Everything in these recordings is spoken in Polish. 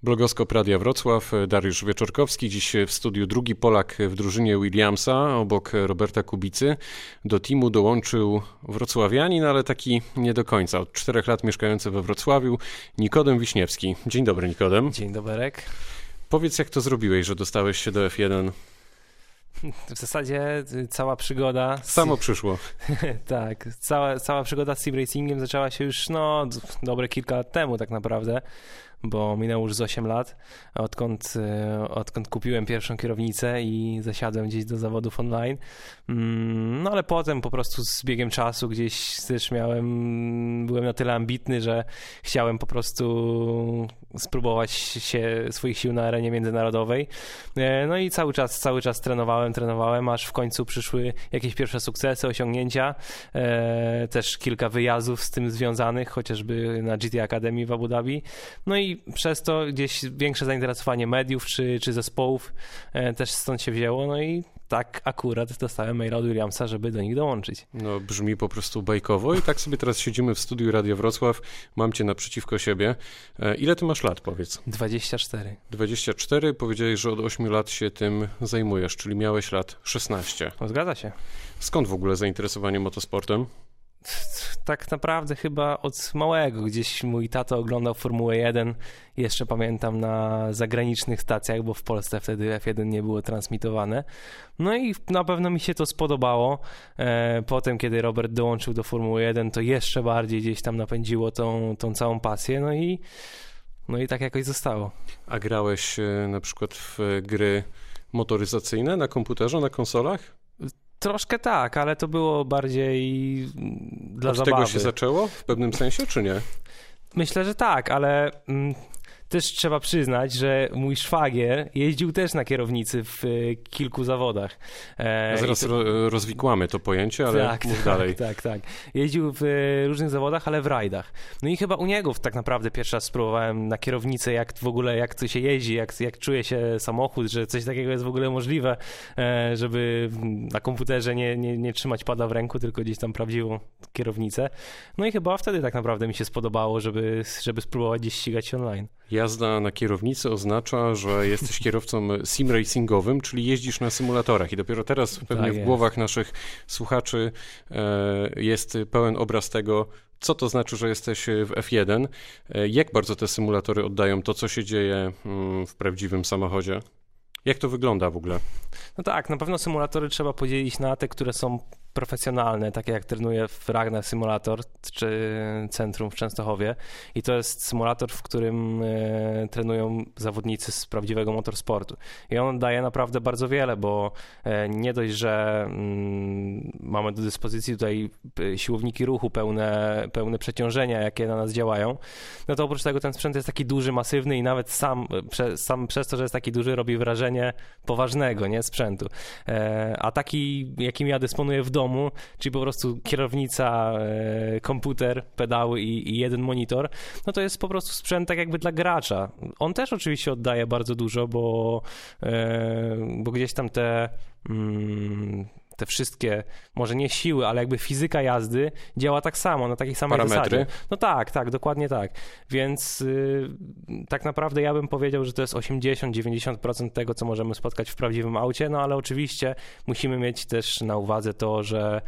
Blogoskop Radia Wrocław, Dariusz Wieczorkowski, dziś w studiu drugi Polak w drużynie Williamsa, obok Roberta Kubicy. Do teamu dołączył wrocławianin, ale taki nie do końca. Od 4 lat mieszkający we Wrocławiu, Nikodem Wiśniewski. Dzień dobry, Nikodem. Dzień dobry. Powiedz, jak to zrobiłeś, że dostałeś się do F1? W zasadzie cała przygoda... Samo przyszło. Tak, cała przygoda z sim racingiem zaczęła się już dobre kilka lat temu tak naprawdę, bo minęło już z 8 lat, odkąd kupiłem pierwszą kierownicę i zasiadłem gdzieś do zawodów online. No ale potem po prostu z biegiem czasu gdzieś też byłem na tyle ambitny, że chciałem po prostu spróbować swoich sił na arenie międzynarodowej. No i cały czas trenowałem, aż w końcu przyszły jakieś pierwsze sukcesy, osiągnięcia. Też kilka wyjazdów z tym związanych, chociażby na GT Academy w Abu Dhabi. No i przez to gdzieś większe zainteresowanie mediów czy zespołów też stąd się wzięło. No i tak akurat dostałem maila od Williamsa, żeby do nich dołączyć. No brzmi po prostu bajkowo i tak sobie teraz siedzimy w studiu Radia Wrocław. Mam cię naprzeciwko siebie. Ile ty masz lat, powiedz? 24. 24. Powiedziałeś, że od 8 lat się tym zajmujesz, czyli miałeś lat 16. No, zgadza się. Skąd w ogóle zainteresowanie motosportem? Tak naprawdę chyba od małego. Gdzieś mój tato oglądał Formułę 1, jeszcze pamiętam na zagranicznych stacjach, bo w Polsce wtedy F1 nie było transmitowane. No i na pewno mi się to spodobało. Potem, kiedy Robert dołączył do Formuły 1, to jeszcze bardziej gdzieś tam napędziło tą całą pasję. No i tak jakoś zostało. A grałeś na przykład w gry motoryzacyjne na komputerze, na konsolach? Troszkę tak, ale to było bardziej dla zabawy. Od tego się zaczęło w pewnym sensie, czy nie? Myślę, że tak, ale też trzeba przyznać, że mój szwagier jeździł też na kierownicy w kilku zawodach. Zaraz rozwikłamy to pojęcie, ale mów dalej. Tak. Jeździł w różnych zawodach, ale w rajdach. No i chyba u niego tak naprawdę pierwszy raz spróbowałem na kierownicę, jak to się jeździ, jak czuje się samochód, że coś takiego jest w ogóle możliwe, żeby na komputerze nie trzymać pada w ręku, tylko gdzieś tam prawdziwą kierownicę. No i chyba wtedy tak naprawdę mi się spodobało, żeby spróbować gdzieś ścigać się online. Jazda na kierownicy oznacza, że jesteś kierowcą sim racingowym, czyli jeździsz na symulatorach i dopiero teraz pewnie w głowach naszych słuchaczy jest pełen obraz tego, co to znaczy, że jesteś w F1. Jak bardzo te symulatory oddają to, co się dzieje w prawdziwym samochodzie? Jak to wygląda w ogóle? No tak, na pewno symulatory trzeba podzielić na te, które są profesjonalne, takie jak trenuję w Ragnar Simulator czy Centrum w Częstochowie i to jest symulator, w którym trenują zawodnicy z prawdziwego motorsportu i on daje naprawdę bardzo wiele, bo nie dość, że mamy do dyspozycji tutaj siłowniki ruchu, pełne przeciążenia, jakie na nas działają, no to oprócz tego ten sprzęt jest taki duży, masywny i nawet sam przez to, że jest taki duży, robi wrażenie poważnego, nie, sprzętu. A taki, jakim ja dysponuję w domu, czyli po prostu kierownica, komputer, pedały i jeden monitor, no to jest po prostu sprzęt tak jakby dla gracza. On też oczywiście oddaje bardzo dużo, bo gdzieś tam te wszystkie, może nie siły, ale jakby fizyka jazdy działa tak samo, na takiej samej parametry. Zasadzie. No tak, dokładnie tak. Więc tak naprawdę ja bym powiedział, że to jest 80-90% tego, co możemy spotkać w prawdziwym aucie, no ale oczywiście musimy mieć też na uwadze to, że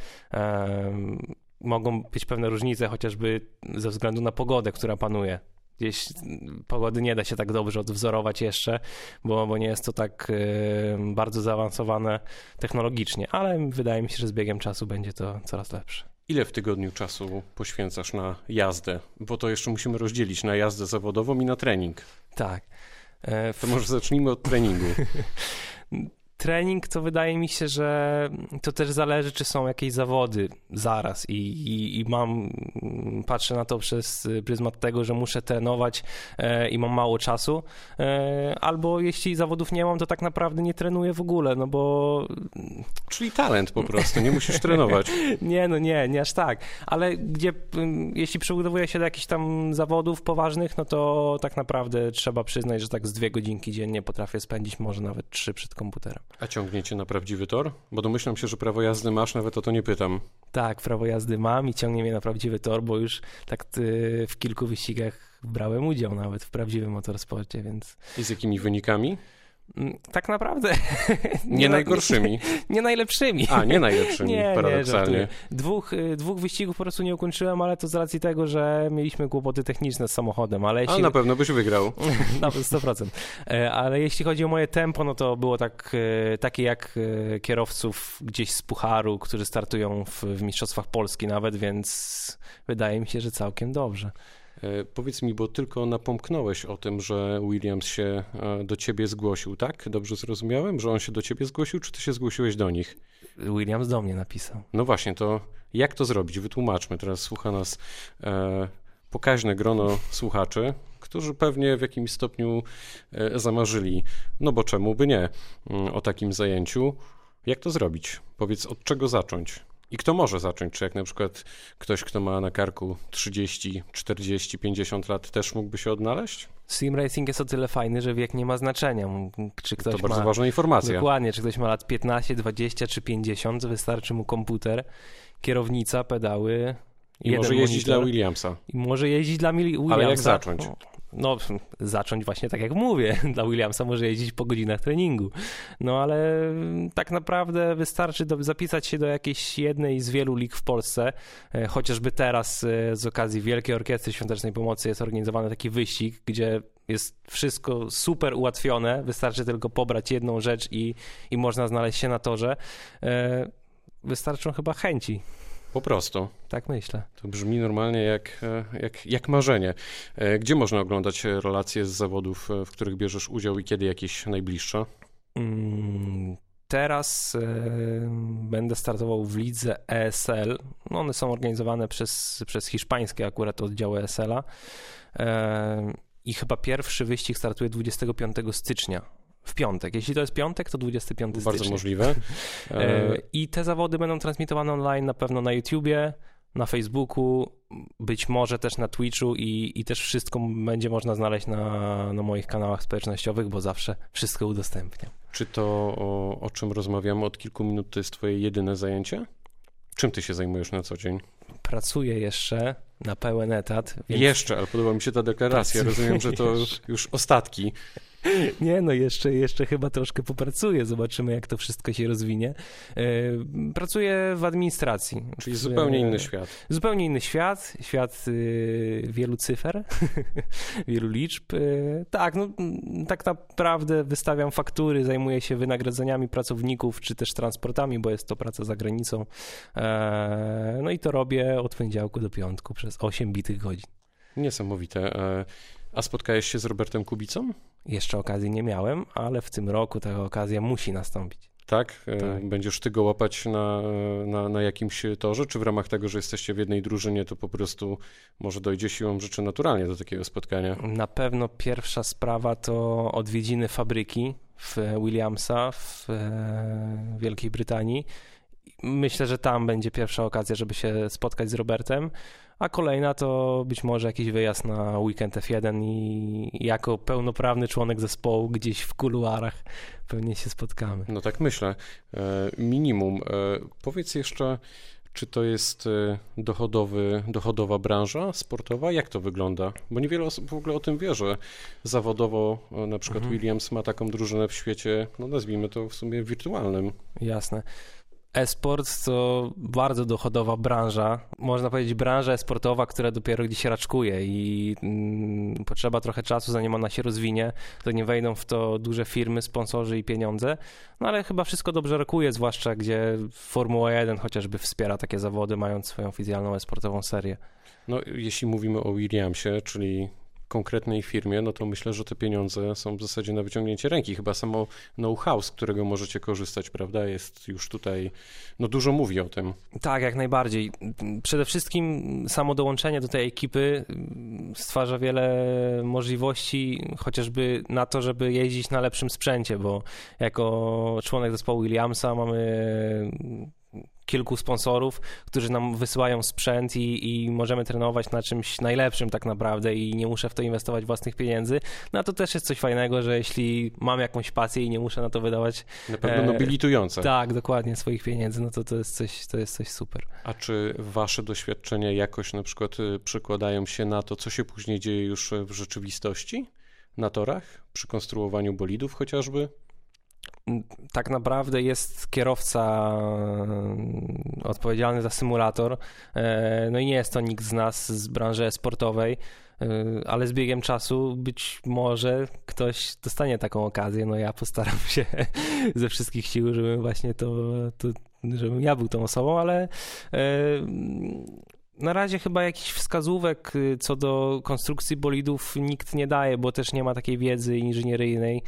mogą być pewne różnice, chociażby ze względu na pogodę, która panuje. Gdzieś pogody nie da się tak dobrze odwzorować jeszcze, bo nie jest to tak bardzo zaawansowane technologicznie, ale wydaje mi się, że z biegiem czasu będzie to coraz lepsze. Ile w tygodniu czasu poświęcasz na jazdę? Bo to jeszcze musimy rozdzielić na jazdę zawodową i na trening. Tak. To może zacznijmy od treningu. Trening to wydaje mi się, że to też zależy, czy są jakieś zawody zaraz i patrzę na to przez pryzmat tego, że muszę trenować i mam mało czasu, albo jeśli zawodów nie mam, to tak naprawdę nie trenuję w ogóle, no bo... Czyli talent po prostu, nie musisz trenować. Nie aż tak, ale jeśli przygotowuję się do jakichś tam zawodów poważnych, no to tak naprawdę trzeba przyznać, że tak z 2 godzinki dziennie potrafię spędzić, może nawet 3 przed komputerem. A ciągnie cię na prawdziwy tor? Bo domyślam się, że prawo jazdy masz, nawet o to nie pytam. Tak, prawo jazdy mam i ciągnie mnie na prawdziwy tor, bo już tak w kilku wyścigach brałem udział nawet w prawdziwym motorsporcie, więc... I z jakimi wynikami? Tak naprawdę... Nie najgorszymi. Nie najlepszymi. A, nie najlepszymi, paradoksalnie. Dwóch wyścigów po prostu nie ukończyłem, ale to z racji tego, że mieliśmy kłopoty techniczne z samochodem. Ale na pewno byś wygrał. Na 100%. Ale jeśli chodzi o moje tempo, no to było takie jak kierowców gdzieś z Pucharu, którzy startują w Mistrzostwach Polski nawet, więc wydaje mi się, że całkiem dobrze. Powiedz mi, bo tylko napomknąłeś o tym, że Williams się do ciebie zgłosił, tak? Dobrze zrozumiałem, że on się do ciebie zgłosił, czy ty się zgłosiłeś do nich? Williams do mnie napisał. No właśnie, to jak to zrobić? Wytłumaczmy. Teraz słucha nas pokaźne grono słuchaczy, którzy pewnie w jakimś stopniu zamarzyli, no bo czemu by nie, o takim zajęciu. Jak to zrobić? Powiedz, od czego zacząć? I kto może zacząć? Czy jak na przykład ktoś, kto ma na karku 30, 40, 50 lat, też mógłby się odnaleźć? Sim racing jest o tyle fajny, że wiek nie ma znaczenia. Czy ktoś to bardzo ważna informacja. Dokładnie, czy ktoś ma lat 15, 20 czy 50, wystarczy mu komputer, kierownica, pedały. I może jeździć dla Williamsa. I może jeździć dla Williamsa. Ale jak zacząć? No, zacząć właśnie tak jak mówię. Dla Williamsa może jeździć po godzinach treningu. No, ale tak naprawdę wystarczy zapisać się do jakiejś jednej z wielu lig w Polsce. Chociażby teraz z okazji Wielkiej Orkiestry Świątecznej Pomocy jest organizowany taki wyścig, gdzie jest wszystko super ułatwione. Wystarczy tylko pobrać jedną rzecz i można znaleźć się na torze. Wystarczą chyba chęci. Po prostu. Tak myślę. To brzmi normalnie jak marzenie. Gdzie można oglądać relacje z zawodów, w których bierzesz udział i kiedy jakieś najbliższe? Teraz będę startował w lidze ESL. No one są organizowane przez hiszpańskie akurat oddziały ESL-a. I chyba pierwszy wyścig startuje 25 stycznia. W piątek. Jeśli to jest piątek, to 25 stycznia. Bardzo możliwe. I te zawody będą transmitowane online na pewno na YouTubie, na Facebooku, być może też na Twitchu i też wszystko będzie można znaleźć na moich kanałach społecznościowych, bo zawsze wszystko udostępniam. Czy to, o czym rozmawiamy od kilku minut, to jest twoje jedyne zajęcie? Czym ty się zajmujesz na co dzień? Pracuję jeszcze na pełen etat. Więc... Jeszcze, ale podoba mi się ta deklaracja. Rozumiem, że to już ostatki. Nie, no jeszcze chyba troszkę popracuję. Zobaczymy, jak to wszystko się rozwinie. Pracuję w administracji. Czyli zupełnie inny świat. Zupełnie inny świat. Świat wielu cyfer, wielu liczb. Tak, no tak naprawdę wystawiam faktury, zajmuję się wynagrodzeniami pracowników, czy też transportami, bo jest to praca za granicą. No i to robię od poniedziałku do piątku przez 8 bitych godzin. Niesamowite. A spotkałeś się z Robertem Kubicą? Jeszcze okazji nie miałem, ale w tym roku ta okazja musi nastąpić. Tak? Będziesz ty go łapać na jakimś torze, czy w ramach tego, że jesteście w jednej drużynie, to po prostu może dojdzie siłą rzeczy naturalnie do takiego spotkania? Na pewno pierwsza sprawa to odwiedziny fabryki w Williamsa w Wielkiej Brytanii. Myślę, że tam będzie pierwsza okazja, żeby się spotkać z Robertem, a kolejna to być może jakiś wyjazd na weekend F1 i jako pełnoprawny członek zespołu gdzieś w kuluarach pewnie się spotkamy. No tak myślę. Minimum. Powiedz jeszcze, czy to jest dochodowa branża sportowa? Jak to wygląda? Bo niewiele osób w ogóle o tym wie, że zawodowo na przykład Williams ma taką drużynę w świecie, no nazwijmy to w sumie wirtualnym. Jasne. E-sport to bardzo dochodowa branża, można powiedzieć branża e-sportowa, która dopiero gdzieś raczkuje i potrzeba trochę czasu, zanim ona się rozwinie, to nie wejdą w to duże firmy, sponsorzy i pieniądze, no ale chyba wszystko dobrze rokuje, zwłaszcza gdzie Formuła 1 chociażby wspiera takie zawody, mając swoją oficjalną e-sportową serię. No jeśli mówimy o Williamsie, czyli konkretnej firmie, no to myślę, że te pieniądze są w zasadzie na wyciągnięcie ręki. Chyba samo know-how, z którego możecie korzystać, prawda, jest już tutaj, no dużo mówi o tym. Tak, jak najbardziej. Przede wszystkim samo dołączenie do tej ekipy stwarza wiele możliwości, chociażby na to, żeby jeździć na lepszym sprzęcie, bo jako członek zespołu Williamsa mamy kilku sponsorów, którzy nam wysyłają sprzęt i możemy trenować na czymś najlepszym tak naprawdę i nie muszę w to inwestować własnych pieniędzy. No to też jest coś fajnego, że jeśli mam jakąś pasję i nie muszę na to wydawać... Na pewno nobilitujące. Tak, dokładnie, swoich pieniędzy, no to jest coś super. A czy wasze doświadczenia jakoś na przykład przekładają się na to, co się później dzieje już w rzeczywistości? Na torach? Przy konstruowaniu bolidów chociażby? Tak naprawdę jest kierowca odpowiedzialny za symulator, no i nie jest to nikt z nas z branży sportowej, ale z biegiem czasu być może ktoś dostanie taką okazję. No ja postaram się ze wszystkich sił, żebym właśnie żebym ja był tą osobą, ale na razie chyba jakichś wskazówek co do konstrukcji bolidów nikt nie daje, bo też nie ma takiej wiedzy inżynieryjnej.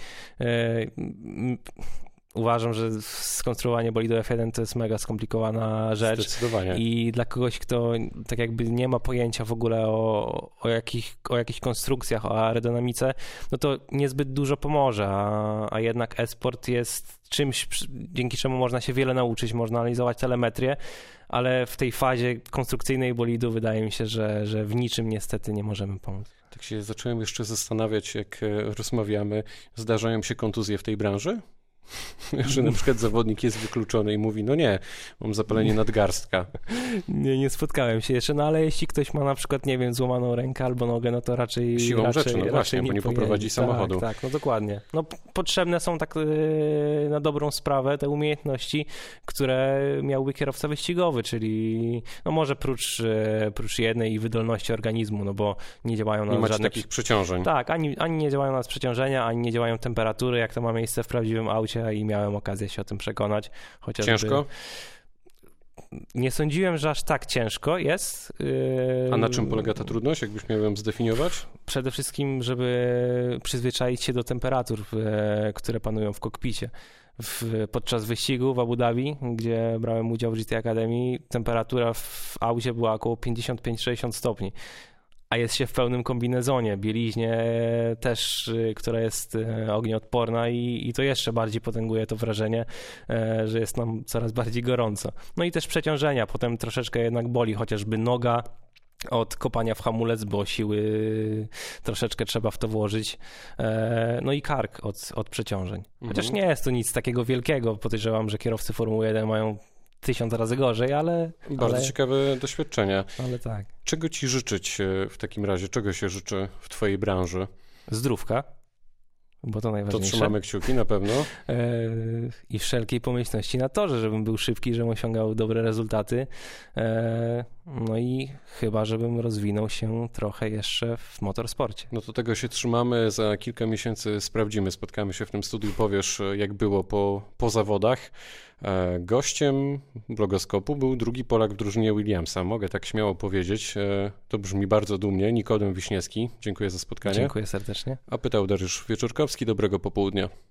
Uważam, że skonstruowanie bolidu F1 to jest mega skomplikowana rzecz. Zdecydowanie. I dla kogoś, kto tak jakby nie ma pojęcia w ogóle o jakichś konstrukcjach, o aerodynamice, no to niezbyt dużo pomoże, a jednak e-sport jest czymś, dzięki czemu można się wiele nauczyć, można analizować telemetrię, ale w tej fazie konstrukcyjnej bolidu wydaje mi się, że w niczym niestety nie możemy pomóc. Tak się zacząłem jeszcze zastanawiać, jak rozmawiamy, zdarzają się kontuzje w tej branży? Że na przykład zawodnik jest wykluczony i mówi, no nie, mam zapalenie nadgarstka. Nie spotkałem się jeszcze, no ale jeśli ktoś ma na przykład, nie wiem, złamaną rękę albo nogę, no to raczej... Siłą rzeczy, no właśnie, bo nie poprowadzi samochodu. Tak, no dokładnie. No potrzebne są tak na dobrą sprawę te umiejętności, które miałby kierowca wyścigowy, czyli no może prócz jednej wydolności organizmu, no bo nie działają na żadnych takich przeciążeń. Tak, ani nie działają na przeciążenia, ani nie działają temperatury, jak to ma miejsce w prawdziwym aucie i miałem okazję się o tym przekonać. Chociażby... Ciężko? Nie sądziłem, że aż tak ciężko jest. A na czym polega ta trudność, jakbyś miał ją zdefiniować? Przede wszystkim, żeby przyzwyczaić się do temperatur, które panują w kokpicie. Podczas wyścigu w Abu Dhabi, gdzie brałem udział w GT Academy, temperatura w aucie była około 55-60 stopni. A jest się w pełnym kombinezonie, bieliźnie też, która jest ognioodporna i to jeszcze bardziej potęguje to wrażenie, że jest nam coraz bardziej gorąco. No i też przeciążenia, potem troszeczkę jednak boli, chociażby noga od kopania w hamulec, bo siły troszeczkę trzeba w to włożyć. No i kark od przeciążeń. Chociaż nie jest to nic takiego wielkiego, podejrzewam, że kierowcy Formuły 1 mają 1000 razy gorzej, ale... Bardzo ciekawe doświadczenia. Ale tak. Czego ci życzyć w takim razie? Czego się życzy w twojej branży? Zdrówka, bo to najważniejsze. To trzymamy kciuki na pewno. I wszelkiej pomyślności na torze, żebym był szybki, żebym osiągał dobre rezultaty. No i chyba, żebym rozwinął się trochę jeszcze w motorsporcie. No to tego się trzymamy. Za kilka miesięcy sprawdzimy. Spotkamy się w tym studiu. Powiesz, jak było po zawodach. Gościem Blogoskopu był drugi Polak w drużynie Williamsa. Mogę tak śmiało powiedzieć. To brzmi bardzo dumnie. Nikodem Wiśniewski. Dziękuję za spotkanie. Dziękuję serdecznie. A pytał Dariusz Wieczorkowski. Dobrego popołudnia.